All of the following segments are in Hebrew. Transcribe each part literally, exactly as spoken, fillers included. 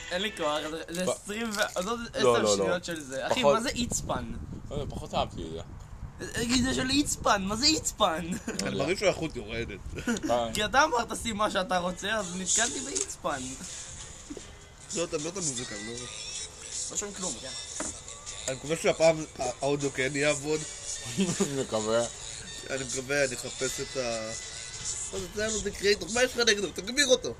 אין לי כוח, זה עשרים לא, ועשר לא, שניות של זה. אחי, מה זה איצפן? פחות אהבתי את זה. זה של איצפן, מה זה איצפן? אני מרגיש שהאיכות יורדת. כי אתה אמרת שים מה שאתה רוצה, אז נתקלתי באיצפן. לא, אתה לא את המוזיקה, לא... לא שומעים כלום, כן. אני מקווה שהפעם האודיו כן יעבוד. אני מקווה. אני מקווה, אני אחפש את ה... מה זה, זה היה לו בקריאטור, מה יש לך נגדו? תגביר אותו.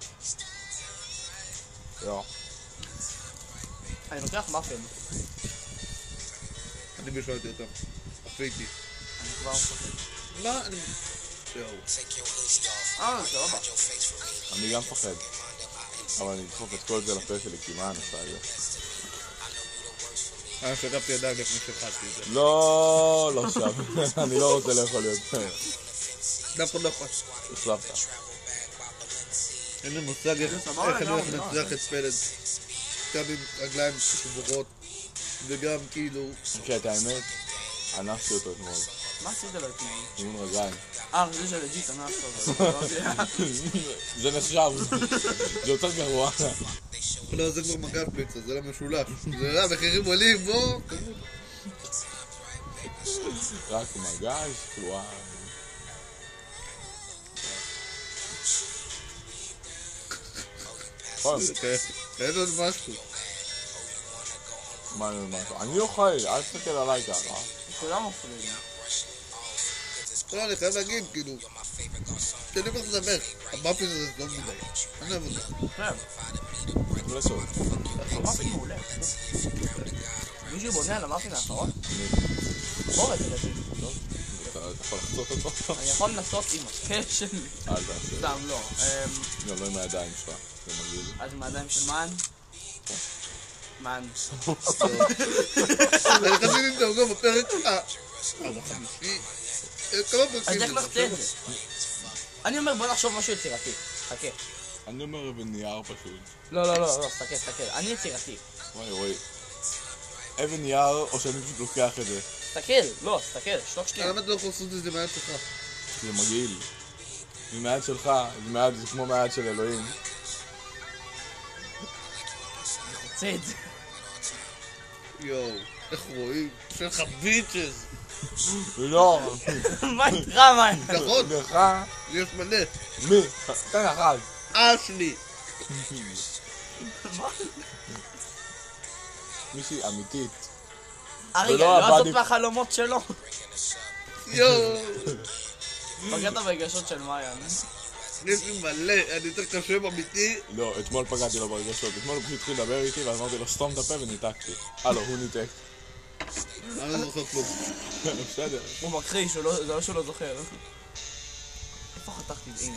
לא. אני לוקח מאפן. אני בישלתי אותם. עפיתי. אני כבר מפחד. מה? אני... יואו. אה, זה לא בא. אני גם מפחד. אבל אני אדחוף את כל זה לפה שלי, כי מה אני עושה את זה? אה, שגפתי ידיים לפני שהחלתי את זה. לא, לא שם. אני לא רוצה לאכול יותר. דווקא לא יכול. החלפת. אין לי מושג איך אני הולך לנצח את פלד. גם עם רגליים שבורות. וגם כאילו... אחי, את האמת, אנסתי אותו אתמול. מה עשית לו אתמול? אימון רגליים. אה, זה של לג'יט, אנס אותו. זה נחשב. זה יותר גרוע. לא, זה כבר מגל פיצה, זה לא משולש. זה לא, מחירים עולים, בוא. רק מגש, וואי. אין עוד משהו. מה אני אומר? אני אוכל, אל תסתכל עליי ככה. כולם אוכלים. לא, אני חייב להגיד, כאילו... שאני אומר לדבר, המאפין הזה לא מודע. אני אוהב אותו. כן. לא סוף. המאפין מעולה. מישהו בונה על המאפין האחרון? בוא את זה לפי. אתה יכול לחצות אותו? אני יכול לנסות עם הקט שלי. אל תעשה. סתם, לא. לא, לא עם הידיים שלך. זה מגעיל. אז עם הידיים של מן? מן. אני חסיד עם זה, גם בפרק... אה, בחמישי... כמה פרקים אז זה? איך לחצה את זה? אני אומר בוא נחשוב משהו יצירתי. חכה. אני אומר אבן נייר פשוט. לא, לא, לא, לא, סתכל, סתכל. אני יצירתי. וואי וואי. אבן נייר או שאני פשוט לוקח את זה? סתכל, לא, סתכל, שלוק שנייה. למה אתה לא יכול לעשות את זה מהיד שלך? זה מגעיל. זה מהיד שלך, זה מהיד, זה כמו מהיד של אלוהים. רוצה את זה. יואו, איך רואים? יש לך ביצ'ס. לא. מה איתך, מן? נכון, לך? יש מלא. מי? תן אחד. אשלי. מישהי אמיתית. ארי, ולא לא עבד לעשות עם- מהחלומות שלו. יואו. פגעת ברגשות של מעיין. יש לי מלא, אני צריך לשם אמיתי. לא, אתמול פגעתי לו ברגשות. אתמול הוא פשוט התחיל לדבר איתי ואז אמרתי לו סתום את הפה וניתקתי. הלו, הוא ניתק. אני לא זוכר כלום. בסדר. הוא מכחיש, הוא לא- זה לא שהוא לא זוכר. איפה חתכתי את זה? הנה.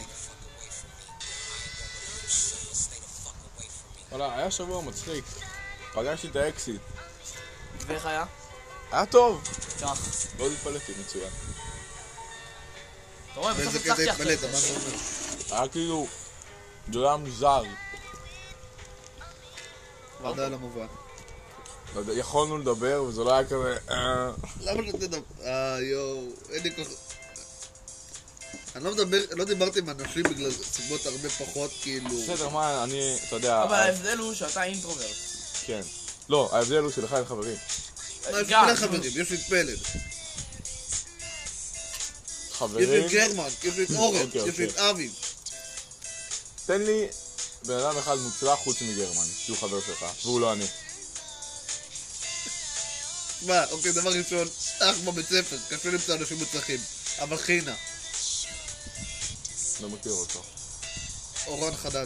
וואלה, היה שבוע מצחיק. פגשתי את האקסיט. ואיך היה? היה טוב. כך. לא התפלאתי, מצוין. אתה רואה, בסוף באיזה הצלחתי קטע אחרי התפלאת, מה זה. אתה אומר? היה כאילו... זה היה מוזר. ועדה על המובן. לא יודע, יכולנו לדבר וזה לא היה כזה... אה, למה שאתה דבר? אה, יואו, אין לי כוח... אני לא מדבר, לא דיברתי עם אנשים בגלל סיבות הרבה פחות, כאילו... בסדר, מה, אני... אתה יודע... אבל ההבדל הוא שאתה אינטרוברט. כן. לא, ההבדל הוא שלך אין חברים. מה, יש גם. מלא חברים, יש לי את פלד. יש חברים... לי את גרמן, יש לי את אורן, אוקיי, יש לי את אבי. תן לי בן אדם אחד מוצלח חוץ מגרמן, שהוא חבר שלך, והוא לא אני. מה, אוקיי, דבר ראשון, אח בבית ספר, קשה למצוא אנשים מוצלחים. אבל חינה, לא מכיר אותו. אורן חדד.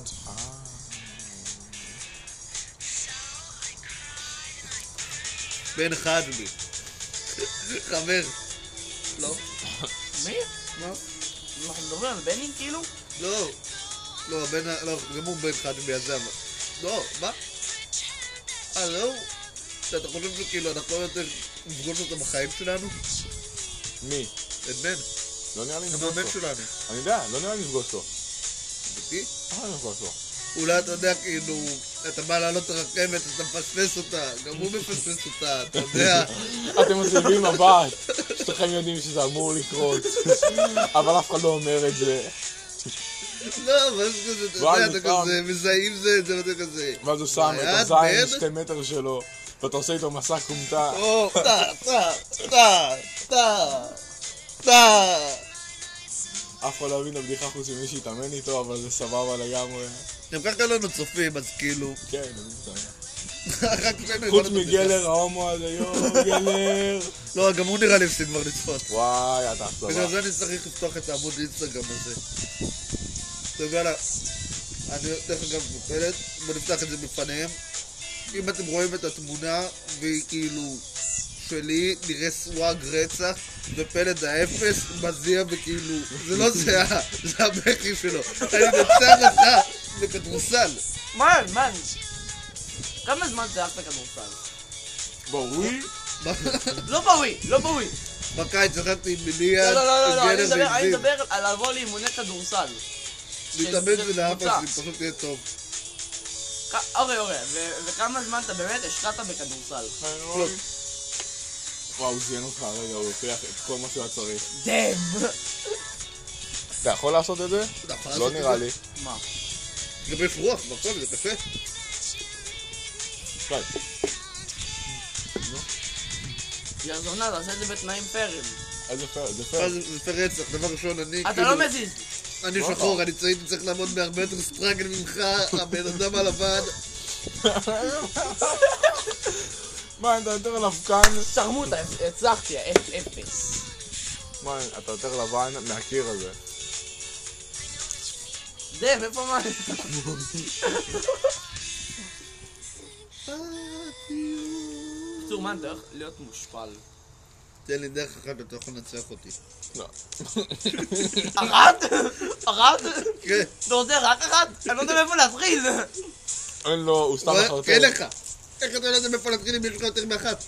בן אחד לי. חבר. לא? מי? מה? אנחנו מדברים על בני כאילו? לא. לא, הבן ה... לא, גם הוא בן אחד מייזם. לא, מה? אה, לא? אתה חושב שכאילו אנחנו לא יותר נפגוש אותו בחיים שלנו? מי? את בן. לא נראה לי גם נפגוש הבן אותו. שלנו. אני יודע, לא נראה לי נפגוש אותו. אמיתי? אה, נפגוש אותו. אולי אתה יודע, כאילו, אתה בא לעלות את הרכבת, אתה מפספס אותה, גם הוא מפספס אותה, אתה יודע. אתם מסביבים מבט, שתכם יודעים שזה אמור לקרות, אבל אף אחד לא אומר את זה. לא, אבל זה כזה, אתה יודע, אתה כזה, מזהים זה, זה ואתה כזה. ואז הוא שם את הזין שתי מטר שלו, ואתה עושה איתו מסע קומטה. או, טה, טה, טה, טה, טה. אף אחד לא הבין את הבדיחה חוץ ממי שהתאמן איתו, אבל זה סבבה לגמרי. גם ככה לנו צופים, אז כאילו... כן, אני מתאמן. רק שנינו חוץ הבנו את מגלר ההומו הזה, יואו, גלר. לא, גם הוא נראה לי הפסיק כבר לצפות. וואי, אתה אכזבה. בגלל זה אני צריך לפתוח את העמוד אינסטגרם הזה. טוב, יאללה. אני דרך אגב מופלת, בוא נפתח את זה בפניהם. אם אתם רואים את התמונה, והיא כאילו שלי, נראה סוואג רצח, ופלד האפס מזיע וכאילו, זה לא זהה, זה הבכי שלו. אני נצח לך בכדורסל. מן, מן. כמה זמן שיחקת כדורסל? בואי. לא בווי, לא בווי. בקיץ שיחקתי עם מיליארד, לא, לא, לא, לא, אני עם מדבר- גנר אני ועם מדבר על לבוא לאימוני כדורסל. להתאמן של- ולאף קבוצה. הזה, פשוט יהיה טוב. כ- אורי, אורי, ו- וכמה זמן אתה באמת השקעת בכדורסל? וואו, הוא זיין אותך רגע, הוא הוכיח את כל מה שהוא היה צריך. דאם. אתה יכול לעשות את זה? אתה יכול לא לעשות את נראה זה? לי. מה? גם יש רוח, בכל זה קשה. די. ירזונה, תעשה את זה בתנאים פיירים. איזה פייר, זה אה, פייר. זה זה פייר רצח, דבר ראשון, אני אתה כאילו... לא מזיז. אני לא שחור, אתה. אני הייתי צריך לעמוד בהרבה יותר סטראגל ממך, הבן אדם הלבן. מה, אתה יותר לבקן? שרמוטה, הצלחתי, אפ אפס. מה, אתה יותר לבן מהקיר הזה. דאם, איפה מה? בקיצור, מה, אתה הולך להיות מושפל. תן לי דרך אחת, אתה יכול לנצח אותי. לא. אחת? אחת? כן, אתה רוצה רק אחת? אני לא יודע מאיפה להתחיל. אין לו, הוא סתם אבל מחרטט. כן לך. איך אתה יודע מאיפה להתחיל אם יש לך יותר מאחת?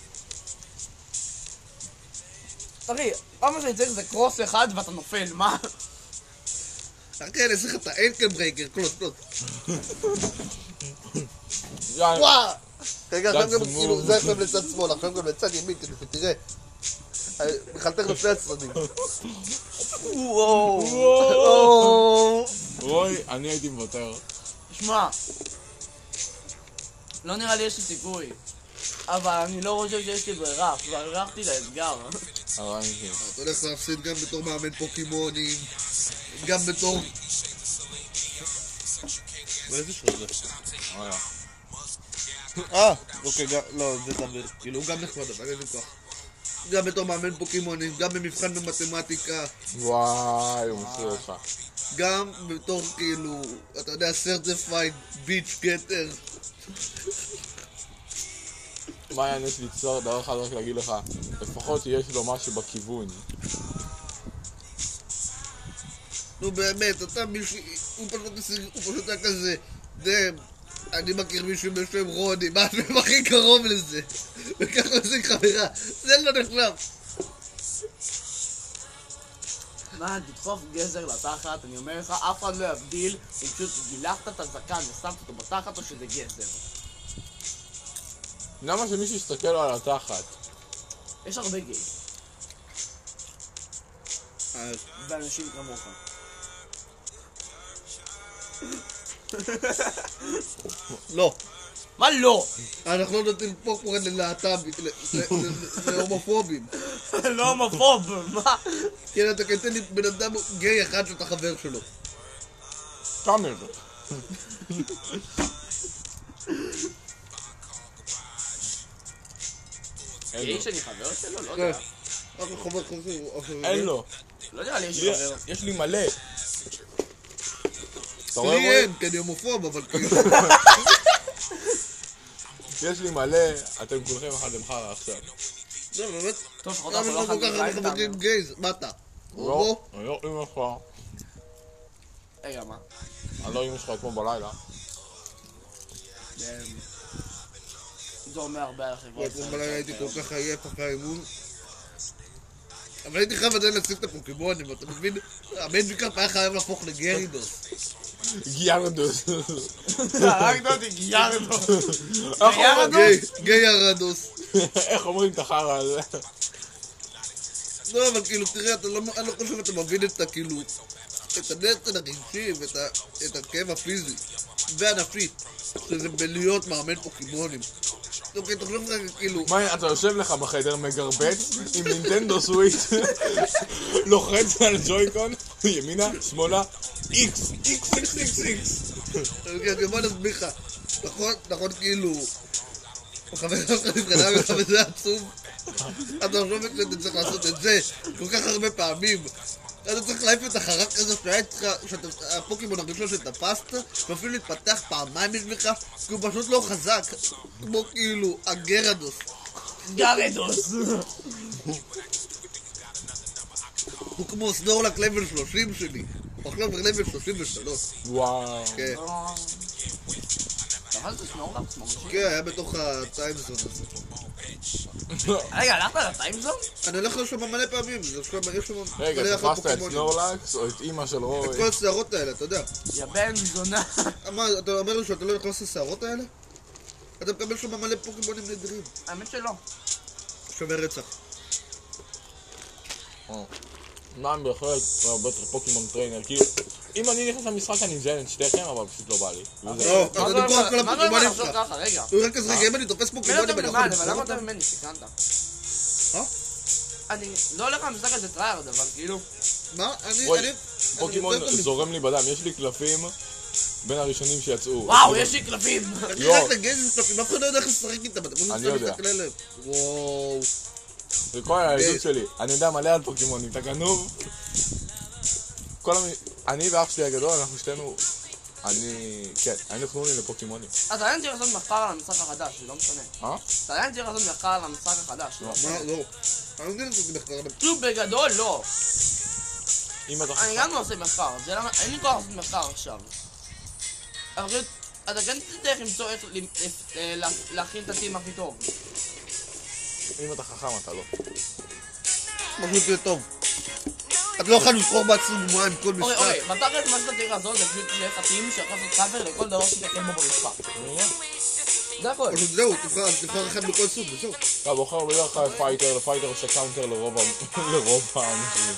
אחי, כמה שאני צריך זה קרוס אחד ואתה נופל, מה? אחי, אני אעשה לך את האנקל ברייקר, קלוט, קלוט. יאללה. וואו! רגע, עכשיו צד גם שמאל. כאילו, זה עכשיו לצד שמאל, עכשיו גם לצד ימין, כדי שתראה. מחלטר לשני הצדדים. וואו. רוי, אני הייתי מוותר. שמע, לא נראה לי יש לי סיכוי. אבל אני לא חושב שיש לי ברירה, כבר הרחתי לאתגר. אבל אני כן. אתה הולך להפסיד גם בתור מאמן פוקימונים, גם בתור... ואיזה שעות זה? וואלה. אה, אוקיי, גם, לא, זה דבר, כאילו, הוא גם נחמד, אבל אין לי כוח. גם בתור מאמן פוקימונים, גם במבחן במתמטיקה, וואי, הוא מפריע אותך. גם בתור, כאילו, אתה יודע, סרטיפייד ביץ' גטר. מה היה נס ליצור? דבר אחד רק להגיד לך, לפחות יש לו משהו בכיוון. נו באמת, אתה מישהו, הוא פשוט, הוא פשוט היה כזה, דאם, אני מכיר מישהו בשם רוני, מה השם הכי קרוב לזה? וככה עושים חברה, זה לא נחשב. מה, תדחוף גזר לתחת, אני אומר לך, אף אחד לא יבדיל אם פשוט גילחת את הזקן ושמת אותו בתחת או שזה גזר. למה שמישהו יסתכל לו על התחת? יש הרבה גיי, ואנשים כמוך. לא, מה לא? אנחנו לא נותנים פופקורן ללהט"בים, להומופובים. לא הומופוב, מה? כן, אתה כתן לי בן אדם גיי אחד שאתה חבר שלו. תאמר. אין גיי לו. שאני חבר שלו? לא כן. יודע. רק חבר חבר. אין לו. לא נראה לי יש לי חבר. יש לי מלא. אתה רואה לי רועי? אין, כי אני הומופוב, אבל כאילו... יש לי מלא, אתם כולכם אחד עם חרא עכשיו. זה באמת... טוב, לפחות למה אנחנו יש לא לך כל כך הרבה חברים חברים איתנו. גייז? מה אתה? לא, הומו? אני לא אמא שלך. רגע, מה? אני לא אמא שלך אתמול בלילה. זה זה אומר הרבה על החברה אתמול בלילה הייתי כל כך עייף אחרי האימון. אבל הייתי חייב עדיין להשיג את הפוקימונים, אתה מבין? המנג'יקאפ היה חייב להפוך לגרידוס. גיארדוס. הרגת אותי, גיארדו. איך אומרים- גיי, גיי הרדוס. איך אומרים את החרא הזה? לא, אבל כאילו, תראה, אתה לא, אני לא חושב שאתה מבין את ה... כאילו... את הנטל הרגשי ואת ה- את הכאב הפיזי והנפשי שזה בלהיות מאמן פוקימונים. אוקיי, תחשוב רגע, כאילו... מה, אתה יושב לך בחדר מגרבץ עם נינטנדו סוויץ' לוחץ על ג'ויקון, ימינה, שמאלה, איקס, איקס, איקס, איקס, איקס. אוקיי, בוא נסביר לך. נכון, נכון, כאילו... החבר שלך נבחנה ממך וזה עצוב. אתה חושב שאתה צריך לעשות את זה כל כך הרבה פעמים. אתה צריך להעיף את החרק הזה שהפוקימון הראשון שתפסת ואפילו להתפתח פעמיים בשבילך כי הוא פשוט לא חזק כמו כאילו הגרדוס. גרדוס! הוא כמו סנורלק לבל שלושים שלי או עכשיו לבל שלושים ושלוש. וואו. כן. אבל זה סנורלק ממשי? כן, היה בתוך הטיימזון הזה. רגע, הלכת לטיימזון? אני הולך לשם מלא פעמים, יש שם מלא רגע, אחלה תפסת את פוקימונים. סנורלקס או את אימא של את רוי? כל השערות האלה, אתה יודע. יא בן זונה. מה, אתה אומר לי שאתה לא נכנס לשערות האלה? אתה מקבל שם מלא פוקימונים נדירים. האמת שלא. שווה רצח. נעם בהחלט הרבה יותר פוקימון טריינר, כאילו אם אני נכנס למשחק אני אזיין את שתיכם אבל פשוט לא בא לי. לא, מה אתה זה דיבור על כל אומר? מה זה אומר הפוקימונים לחשוב שלך. ככה? רגע. הוא רק כזה רגע, אם אני תופס מי פוקימונים יותר אני יכול ממני, אבל לבחור למה אתה אותם? ממני? סיכנת. אה? אני לא הולך למשחק הזה טריירד, אבל כאילו... מה? אני... רוי, אני- פוקימון אני יותר זורם לי בדם, יש לי קלפים בין הראשונים שיצאו. וואו, יש לי קלפים! אני לא. רק נגד עם קלפים, אף אחד לא יודע איך לשחק איתם, אתה פשוט אני צריך יודע. להסתכל עליהם. וואו. זה כל הילדות שלי, אני יודע מלא על פוקימונים, אתה גנוב? כל המ... אני ואח שלי הגדול, אנחנו שתינו... אני... כן, היינו חנונים לפוקימונים. אז עדיין צריך לעשות מחקר על המשחק החדש, זה לא משנה. אה? אתה עדיין צריך לעשות מחקר על המשחק החדש, לא? מה? לא. אני לא יודע לעשות מחקר עליהם. כאילו בגדול לא. אם אתה... אני גם לא עושה מחקר, זה למה... אין לי כוח לעשות מחקר עכשיו. אבל פשוט, אתה כן תצטרך למצוא איך ל- ל- להכין את הטים הכי טוב. אם אתה חכם אתה לא. פשוט זה טוב. אתה לא יכול לבחור בעצמך מה עם כל אוקיי, משחק. אוקיי, בתכלס מה שאתה צריך לעשות זה פשוט שיהיה לך טים שיכול לעשות קאבר לכל דבר שתקן בו במשחק. זה הכל. פשוט זהו, תבחר תבחר אחד מכל סוג, וזהו. אתה בוחר בדרך כלל פייטר, לפייטר עושה קאונטר לרוב ה- לרוב האנשים.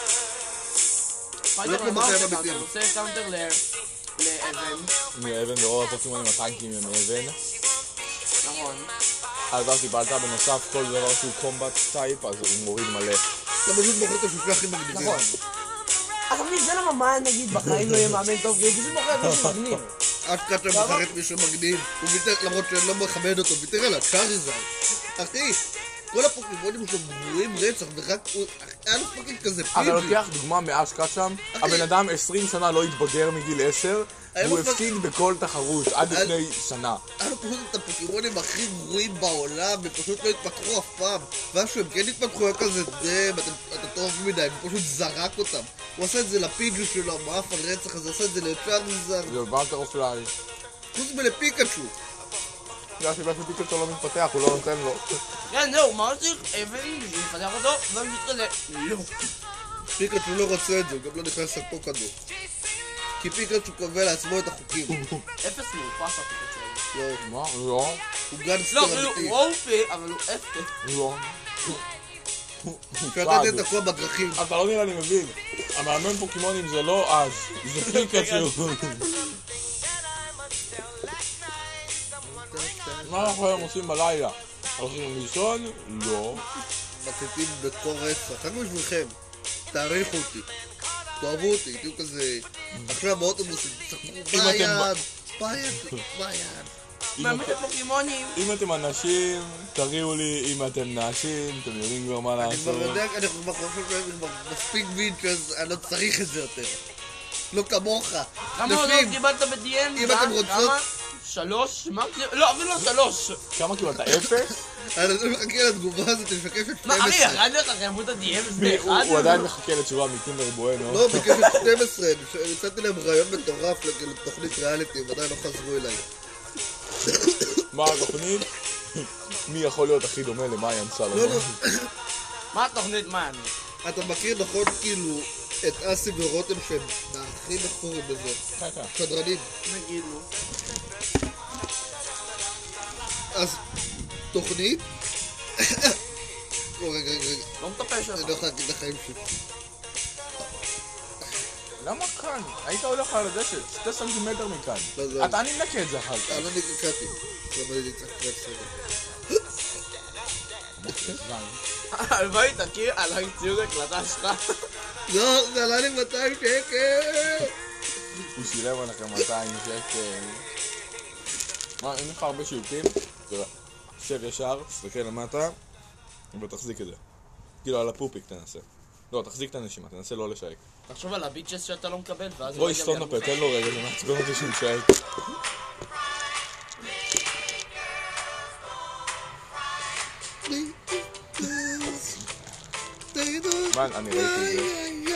פייטר כמו מה בחיים עושה אמיתיים. קאונטר? עושה קאונטר ל... לאבן. מאבן ורוב הפוקימונים הטנקים הם אבן. נכון. אז אז קיבלת בנוסף כל דבר שהוא קומבט טייפ, אז הוא מוריד מלא. אתה פשוט בוחר את השופע הכי מגניבים. נכון. אבל מי, זה למה מה נגיד בחיים לא יהיה מאמן טוב, כי הוא פשוט בוחר את מישהו מגניב. אף קאטה בוחר את מישהו מגניב. הוא ויתר, למרות שאני לא מכבד אותו, ויתר על הצ'אריזרד. אחי, כל הפוקימונים שלו גרועים רצח, ורק הוא... היה לו פאקינג כזה אתה פיג'י. לוקח דוגמה מאשקט שם, הבן אדם עשרים שנה לא התבגר מגיל עשר, היה והוא לו פאק- הפסיד בכל תחרות עד היה- לפני שנה. היה לו פשוט את הפוקימונים הכי גרועים בעולם, הם פשוט לא התפתחו אף פעם. ואז שהם כן התפתחו, היה כזה דם, אתה אתה טוב מדי, הוא פשוט זרק אותם. הוא עשה את זה לפיג'י שלו, המאף על רצח הזה, עשה את זה לצ'אריזרד, זה באטרפליי. חוץ מלפיקאצ'ו. בגלל שבגלל שפיקצ'ו לא מתפתח, הוא לא נותן לו. כן, זהו, מה הוא צריך? אבן בשביל לפתח אותו, ובשביל כזה, לא. פיקאצ'ו לא רוצה את זה, הוא גם לא נכנס לפה כדור. כי פיקאצ'ו קובע לעצמו את החוקים. אפס מאופס הפיקצ'ו. לא, מה? לא. הוא לא, גאנסטר כאילו, אמיתי. הוא אופי, אבל הוא אפס. לא. שאתה יודע תקוע בדרכים. אתה לא נראה לי מבין. המאמן פוקימונים זה לא אז, זה פיקצ'ו. מה אנחנו היום עושים בלילה? הולכים לישון? לא. מקליטים בקור רצח, רק בשבילכם. תעריכו אותי. תאהבו אותי, תהיו כזה... עכשיו באוטובוס, תשחקו אם ביד, אתם ביד, ביד. אם מאמן אתם- פוקימונים. אם אתם אנשים, תריעו לי, אם אתם נשים, אתם יודעים כבר מה אני כבר לעשות. יודע, אני כבר חושב שאני כבר מספיק ביץ' אז אני לא צריך את זה יותר. לא כמוך. כמה הודעות נשים, קיבלת ב-די אם? אם אתם רוצות- כמה? שלוש? מה? לא, אפילו לא שלוש. כמה קיבלת? אפס? אני מחכה לתגובה הזאת, אני משקף את מה, שתים אחי, עשרה. אחד לך כמות ה-די אם הוא- זה אחד? הוא עדיין מחכה לתשובה מקינדר בואנו. לא, ביקש את שתים עשרה, אני הצעתי להם רעיון מטורף לתוכנית ריאליטי, הם עדיין לא חזרו אליי. מה התוכנית? מי יכול להיות הכי דומה למעיין לא, סלומון? לא, מה התוכנית, מה אני? אתה מכיר נכון כאילו את אסי ורותם שהם הכי נחפורים בזה, כן, כן. שדרנים. נגיד לו. אז תוכנית? או, רגע, רגע, רגע, לא מטפל אני שלך. לא יכול להגיד את החיים שלי. למה כאן? היית הולך על הדשא, שתי סנטימטר מכאן. לא, זה- אתה אני נקה את זה אחר כך. אני לא נקראתי. למה אני צריך בסדר. הלוואי תכיר על הציוד הקלטה שלך. לא, זה עלה לי מאתיים שקל! הוא שילם עליכם מאתיים שקל. מה, אין לך הרבה שיוטים? תראה, שב ישר, תסתכל למטה, ותחזיק את זה. כאילו על הפופיק תנסה. לא, תחזיק את הנשימה, תנסה לא לשייק. תחשוב על הביצ'ס שאתה לא מקבל, ואז... רוי סטון הפה, תן לו רגע, זה מעצבן אותי שהוא משייק. מה, אני ראיתי את זה.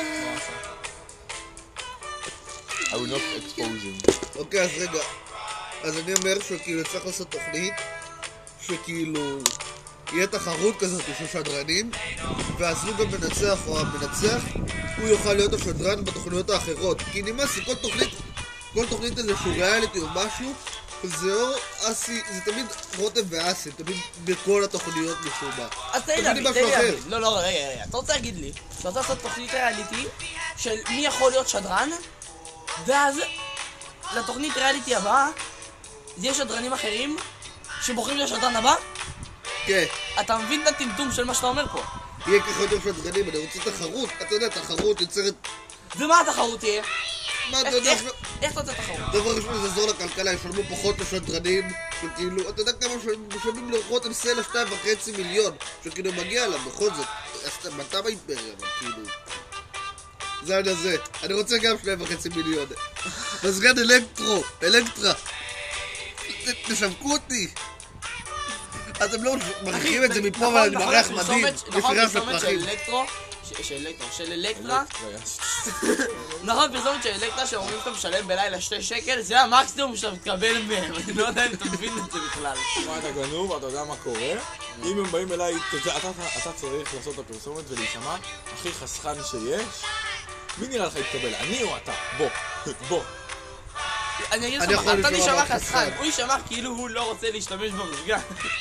I will not expose him. אוקיי, אז רגע. אז אני אומר שכאילו צריך לעשות תוכנית שכאילו יהיה תחרות כזאת של שדרנים, והזוג המנצח או המנצח הוא יוכל להיות השדרן בתוכניות האחרות. כי נמאס לי, כל תוכנית, כל תוכנית איזשהו ריאליטי או משהו, זה או אסי, זה תמיד רותם ואסי, תמיד בכל התוכניות משום מה. אז תן לי תגיד לי להבין, תן משהו לי אחר. להבין. לא, לא, רגע, רגע. אתה רוצה להגיד לי שאתה רוצה לעשות תוכנית ריאליטי של מי יכול להיות שדרן, ואז לתוכנית ריאליטי הבאה זה יהיה שדרנים אחרים שבוחרים לשדרן הבא? כן, אתה מבין את הטמטום של מה שאתה אומר פה? יהיה ככה יותר שדרנים, אני רוצה תחרות. אתה יודע, תחרות יוצרת... ומה התחרות תהיה? מה אתה איך- יודע? איך- איך אתה רוצה תחרות? דבר ראשון זה יעזור לכלכלה, ישלמו פחות לשדרנים, שכאילו, אתה יודע כמה משלמים לרותם סלע שתיים וחצי מיליון, שכאילו מגיע לה, בכל זאת, אז מתי באימפריה, אבל כאילו... זה עד הזה, אני רוצה גם שתיים וחצי מיליון. מזגן אלקטרו, אלקטרה. ת- תשווקו אותי. אתם לא מרחיבים את זה מפה, אבל אני נכון, מריח נכון, מדהים. פרסומת- יש נכון, לי ריח של פרסומת של פרחים. אלקטרו, ש- של אלקטרו, של אלקטרה, רגע, נכון, פרסומת של אלקטרה שאומרים שאתה משלם בלילה שתי שקל, זה המקסימום שאתה מתקבל מהם, אני לא יודע אם אתה מבין את זה בכלל. מה, אתה גנוב, אתה יודע מה קורה? אם הם באים אליי, אתה- אתה אתה צריך לעשות את הפרסומת ולהישמע הכי חסכן שיש. מי נראה לך יתקבל? אני או אתה? בוא, בוא. אני אגיד אני לך, יכול מה, אתה לשמוע נשמע רק חסכן, חסכן. הוא יישמע כאילו הוא לא רוצה להשתמש במזגן.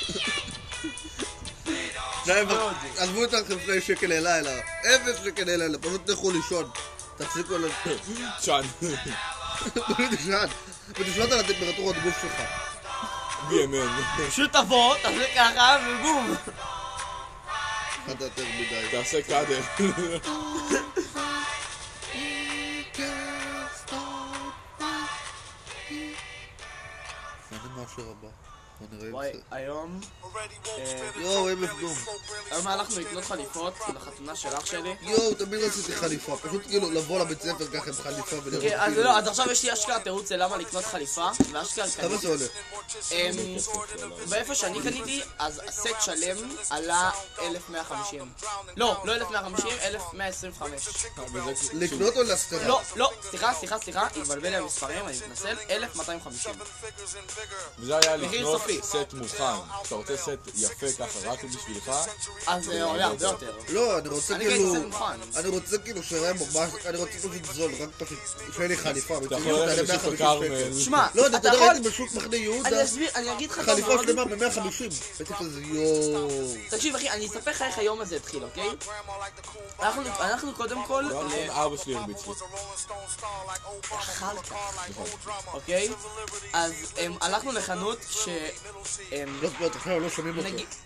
שניים מאוד. ו- עזבו את לכם שני שקל ללילה, אפס שקל ללילה, פשוט תלכו לישון. תפסיקו ל... שאן. פשוט תישן. ותשלוט על הטמפרטורת גוף שלך. בי אם אן. פשוט תבוא, תעשה ככה ובום. אתה יותר מדי. תעשה קאדר. אני משהו הבא. בוא נראה וואי, אם זה... היום, אה, יואו, אמס דום. היום הלכנו לקנות חליפות לחתונה של אח שלי. יואו, תמיד רציתי חליפה. פשוט כאילו לבוא לבית ספר ככה עם חליפה ולראות כן, אז כאילו... לא, אז עכשיו יש לי אשכרה תירוץ ללמה לקנות חליפה, ואשכרה כמה קניתי. זה עולה? אמ, באיפה שאני קניתי, אז הסט שלם עלה אלף מאה וחמישים. לא, לא אלף מאה וחמישים, אלף מאה עשרים וחמש. לקנות או להשכרה? לא, לא, סליחה, סליחה, סליחה, התבלבל לי המספרים, אני מתנצל, אלף מאתיים וחמישים. וזה היה מחיר לקנות סופי. סט מוכן. אתה רוצה סט יפה ככה רק בשבילך? אז זה עולה הרבה יותר. לא, אני רוצה אני כאילו... קניתי סט מוכן. אני רוצה כאילו שיהיה ממש... אני רוצה פשוט זול, רק פשוט... שיהיה לי חליפה. אתה יכול ללכת לשוק הכרמל. שמע, לא, אתה אתה יודע, יכול... הייתי בשוק מחנה יהודה, אני אסביר, אני אגיד לך טוב חליפה מאוד. שלמה ב-מאה וחמישים. הייתי כזה יואו. תקשיב אחי, אני אספר לך איך היום הזה התחיל, אוקיי? אנחנו, אנחנו קודם כל... לא, ל- אבא שלי הרביץ לי. אחר כך, אוקיי? אז אמ, הלכנו לחנות ש... אמ, לא פה, עכשיו לא שומעים אותו. נגיד...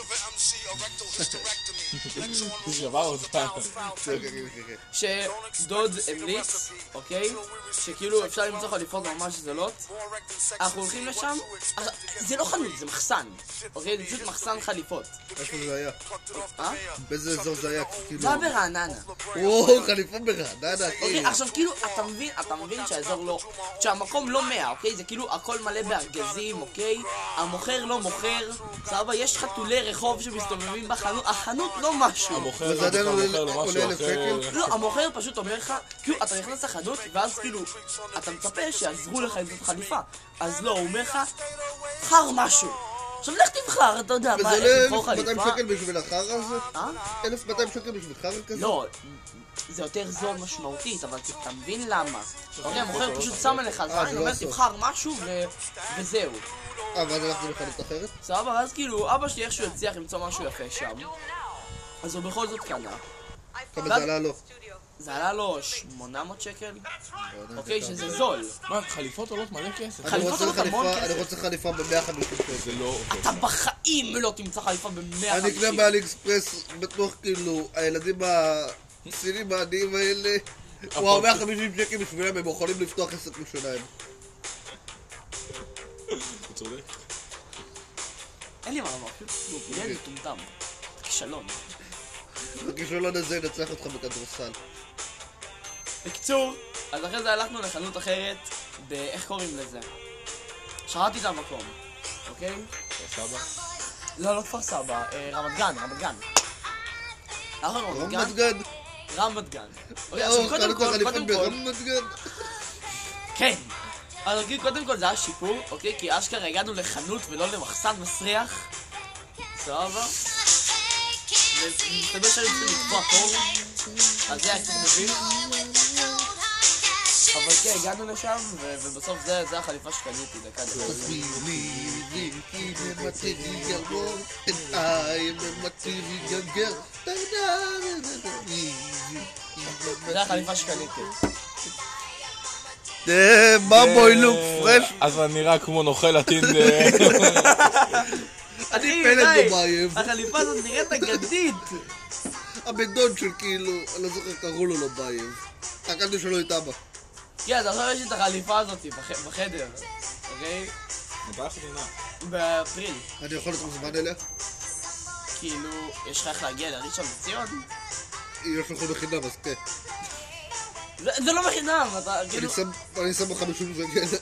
שבר אותך. כן, כן, כן, כן. שדוד המליץ, אוקיי? שכאילו אפשר למצוא חליפות ממש זולות. אנחנו הולכים לשם, עכשיו, זה לא חנות, זה מחסן, אוקיי? זה פשוט מחסן חליפות. איפה זה היה? אה? באיזה אזור זה היה? כאילו... זה היה ברעננה. וואו, חליפה ברעננה, אוקיי, אחי. עכשיו כאילו, אתה מבין, אתה מבין שהאזור לא... שהמקום לא מאה, אוקיי? זה כאילו הכל מלא בארגזים, אוקיי? המוכר לא מוכר, סבבה? יש חתולי רחוב שמסתובבים בחנות, החנות לא משהו. המוכר וזה לא עדיין מוכר עולה- למשהו עולה אלף אחר. שקל? לא, המוכר פשוט אומר לך, כאילו, אתה נכנס לחנות, ואז כאילו, אתה מצפה שיעזרו לך עם זאת חליפה. אז לא, הוא אומר לך, בחר משהו. עכשיו לך תבחר, אתה יודע, מה, וזה איך עולה לבחור אלף מאתיים חליפה? שקל בשביל החרא הזה? אה? אלף מאתיים שקל בשביל חרא כזה? לא, זה יותר זול משמעותית, אבל אתה מבין למה. אוקיי, המוכר פשוט שם עליך זה זין, לא אומר הסוף. תבחר משהו ו- וזהו. אה, ואז הלכתי לחנות אחרת? סבבה, ואז כאילו, אבא שלי איכשהו הצליח למצוא משהו יפה שם. אז הוא בכל זאת קנה. כמה זה עלה לו? זה עלה לו שמונה מאות שקל, אוקיי, שזה זול. מה, חליפות עולות מלא כסף? אני חליפות רוצה עולות המון חליפה, כסף. אני רוצה חליפה ב-מאה וחמישים שקל. זה לא עובד. אתה בחיים לא תמצא חליפה ב-מאה אני אקנה וחמישים. באלי אקספרס, בטוח כאילו, הילדים הסינים העניים האלה, וואו, מאה וחמישים שקל בשבילם, הם יכולים לפתוח עסק משלהם. הוא צודק. אין לי מה לומר, פשוט הוא ילד מטומטם. כישלון. הכישלון הזה ינצח אותך בכדורסל. בקיצור, אז אחרי זה הלכנו לחנות אחרת, באיך קוראים לזה? שכחתי את המקום, אוקיי? כפר סבא? לא, לא כפר סבא, אה, רמת גן, רמת גן. הלכנו לרמת גן? רמת גן? רמת גן. אוקיי, או, עכשיו קודם חנות כל, החליפות קודם כל, ברמת גן. כן. אז אוקיי, קודם כל זה היה שיפור, אוקיי? כי אשכרה הגענו לחנות ולא למחסן מסריח. סבבה? ומסתבר שהיו צריכים לקבוע תור, אז זה היה קצת מביך. אבל כן, הגענו לשם, ו- ובסוף זה, זה החליפה שקניתי, דקה דקה. זה החליפה שקניתי. במבוי לוק פרש. אז אני נראה כמו נוכל הטינדר. אני אחי, פלט די, בבייב. החליפה הזאת נראית אגדית. הבן דוד של כאילו, אני לא זוכר קראו לו לא בייב. הקלטו שלו את אבא. כן, אז עכשיו יש לי את החליפה הזאת בח- בחדר, אוקיי? מתי החתונה? באפריל. אני יכול להיות מוזמן אליה? כאילו, יש לך איך להגיע לראשון לציון? יש לך בחינם, אז כן. זה זה לא בחינם, אתה אני כאילו... שם- אני שם בחמישים שקל.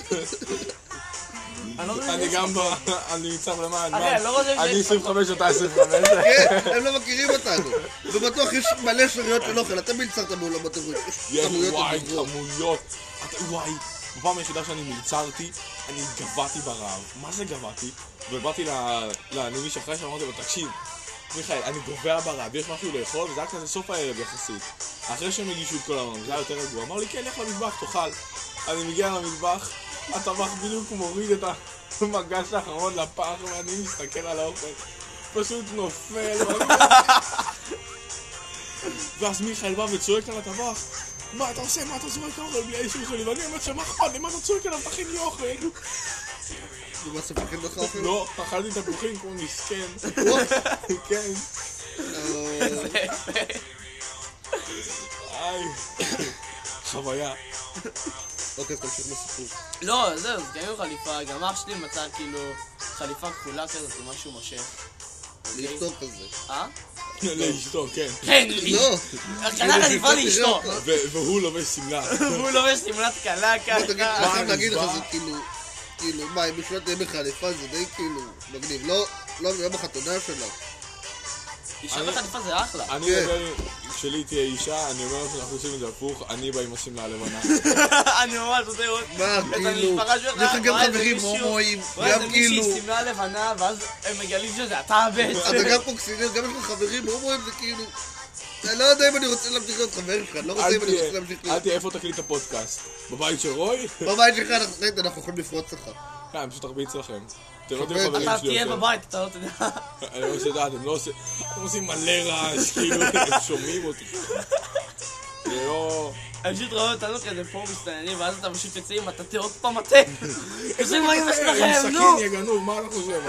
אני לא מבין אני איזה- גם ב... אני ניצב למען. אחי, אני לא רוצה אני שיש- עשרים וחמש, אתה עשרים וחמש. כן, הם לא מכירים אותנו. ובטוח יש מלא שאריות של אוכל, אתה מלצרת מעולמות הבריאות. יש יש כמויות וואי, אדירות. כמויות. אתה- וואי, בפעם היחידה שאני מלצרתי, אני גבעתי ברעב. מה זה גבעתי? ובאתי ל- לנימי שאחרי שאמרתי לו, תקשיב, מיכאל, אני גובע ברעב, יש משהו לאכול, וזה היה כזה סוף הערב יחסית. אחרי שהם הגישו את כל העולם, זה היה יותר רגוע. אמר לי, כן, לך למטבח, תאכל. אני מגיע למטבח, הטבח בדיוק מוריד את המגש האחרון לפח, ואני מסתכל על האוכל. פשוט נופל. ואז מיכאל בא וצועק על הטבח, מה אתה עושה? מה אתה זורק האוכל בלי האישור שלי? ואני אומר שמה אכפת לי? מה אתה צועק עליו? תכין לי אוכל. ומה ספקים לך אוכל? לא, אכלתי תפוחים כמו מסכן. כן. אה, איי. חוויה. אוקיי, אז תמשיך לסיפור. לא, זהו, אז קנינו חליפה, גם אח שלי מצא כאילו חליפה כחולה כזאת עם משהו מושך. לאשתו כזה. אה? לאשתו, כן. כן, לא. קנה חליפה לאשתו. ו- והוא לובש שמלה. והוא לובש שמלת כלה בוא תגיד, ככה. אני חייב להגיד לך, נשבע? זה כאילו, כאילו, מה, אם בשביל תהיה בחליפה זה די כאילו מגניב. לא, לא ביום החתונה שלה. אישה בחליפה זה אחלה. אני כן. אומר, כשלי תהיה אישה, אני אומר שאנחנו עושים את זה הפוך, אני בא עם השמלה הלבנה. אני ממש רוצה לראות מה, את כאילו, המשפחה שלך. יש לך גם רואה איזה חברים מישהו- הומואים, רואה גם איזה כאילו, מישהי שמלה לבנה, ואז הם מגלים שזה אתה בעצם. אתה גם פוקסינר, גם יש לך חברים הומואים, זה כאילו, אני לא יודע אם אני רוצה להמשיך להיות חבר שלך, אני לא רוצה אל אם אני תהיה, רוצה להמשיך אל להיות... תהיה, איפה תקליט את הפודקאסט? בבית של רוי? בבית שלך אנחנו אנחנו יכולים לפרוץ לך. כן, אני פשוט ארביץ לכם. אתם לא תהיו אתה חברים אתה שלי תהיה יותר. בבית, אתה לא תדע. אני לא יודע, אתם לא עושים... אתם עושים מלא רעש, כאילו, הם שומעים אותי. זה לא... אני פשוט רואה אותנו כזה פה מסתננים, ואז אתה פשוט יוצא עם מטאטא עוד פעם מטה. עושים מה אמא שלכם, עם נו! סכין יגנוב, מה אנחנו חושבים?